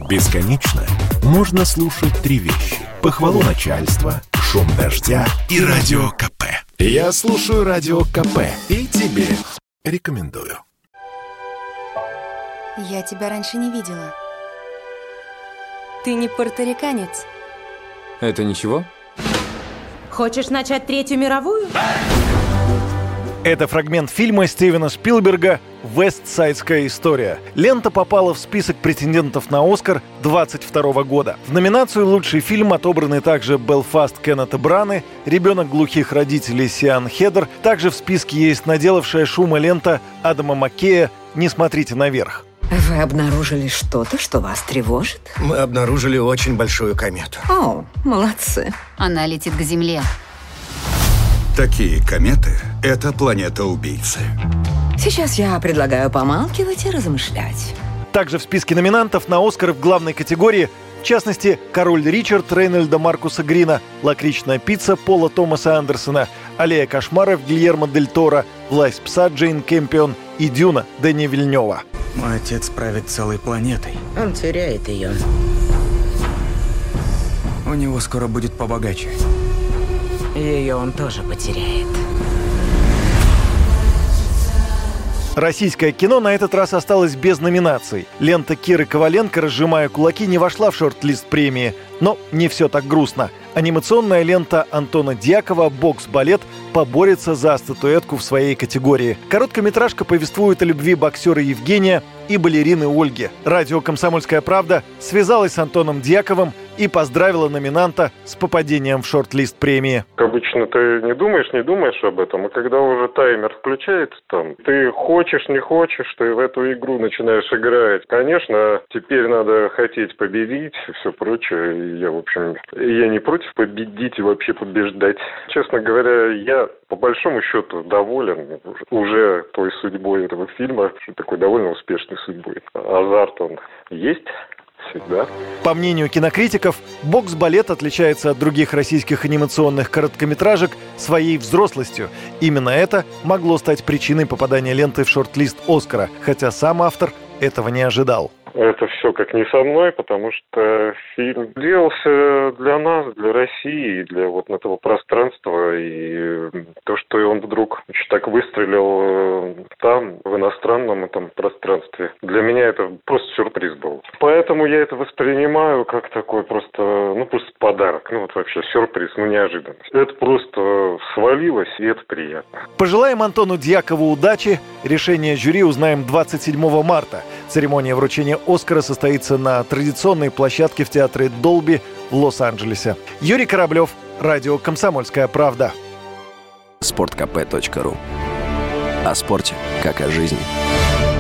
Бесконечно можно слушать три вещи: похвалу начальства, шум дождя и радио КП. Я слушаю радио КП и тебе рекомендую. Я тебя раньше не видела. Ты не пуэрториканец? Это ничего? Хочешь начать Третью мировую? Это фрагмент фильма Стивена Спилберга «Вестсайдская история». Лента попала в список претендентов на «Оскар» 2022 года. В номинацию «Лучший фильм» отобраны также «Белфаст» Кеннета Браны, «Ребенок глухих родителей» Сиан Хедер. Также в списке есть наделавшая шума лента Адама Маккея «Не смотрите наверх». Вы обнаружили что-то, что вас тревожит? Мы обнаружили очень большую комету. О, молодцы. Она летит к Земле. Такие кометы – это планета-убийцы. Сейчас я предлагаю помалкивать и размышлять. Также в списке номинантов на «Оскар» в главной категории, в частности, «Король Ричард» Рейнольда Маркуса Грина, «Лакричная пицца» Пола Томаса Андерсона, «Аллея кошмаров» Гильермо Дель Торо, «Власть пса» Джейн Кэмпион и «Дюна» Дэни Вильнёва. Мой отец правит целой планетой. Он теряет ее. У него скоро будет побогаче. Ее он тоже потеряет. Российское кино на этот раз осталось без номинаций. Лента Киры Коваленко «Разжимая кулаки» не вошла в шорт-лист премии. Но не все так грустно. Анимационная лента Антона Дьякова «Бокс-балет» поборется за статуэтку в своей категории. Короткометражка повествует о любви боксера Евгения и балерины Ольги. Радио «Комсомольская правда» связалась с Антоном Дьяковым и поздравила номинанта с попадением в шорт-лист премии. Обычно ты не думаешь об этом, а когда уже таймер включается, там, ты хочешь, не хочешь, ты в эту игру начинаешь играть. Конечно, теперь надо хотеть победить и все прочее. Я не против победить и вообще побеждать. Честно говоря, я по большому счету доволен уже той судьбой этого фильма, такой довольно успешной судьбой. Азарт он есть всегда. По мнению кинокритиков, «Бокс-балет» отличается от других российских анимационных короткометражек своей взрослостью. Именно это могло стать причиной попадания ленты в шорт-лист «Оскара», хотя сам автор этого не ожидал. Это все как не со мной, потому что фильм делался для нас, для России, для вот этого пространства. И то, что он вдруг так выстрелил там, в иностранном этом пространстве, для меня это просто сюрприз был. Поэтому я это воспринимаю как такой просто подарок. Вообще сюрприз, неожиданность. Это просто свалилось, и это приятно. Пожелаем Антону Дьякову удачи. Решение жюри узнаем 27 марта. Церемония вручения «Оскара» состоится на традиционной площадке в театре Долби в Лос-Анджелесе. Юрий Кораблев, радио «Комсомольская правда». sportkp.ru. О спорте, как о жизни.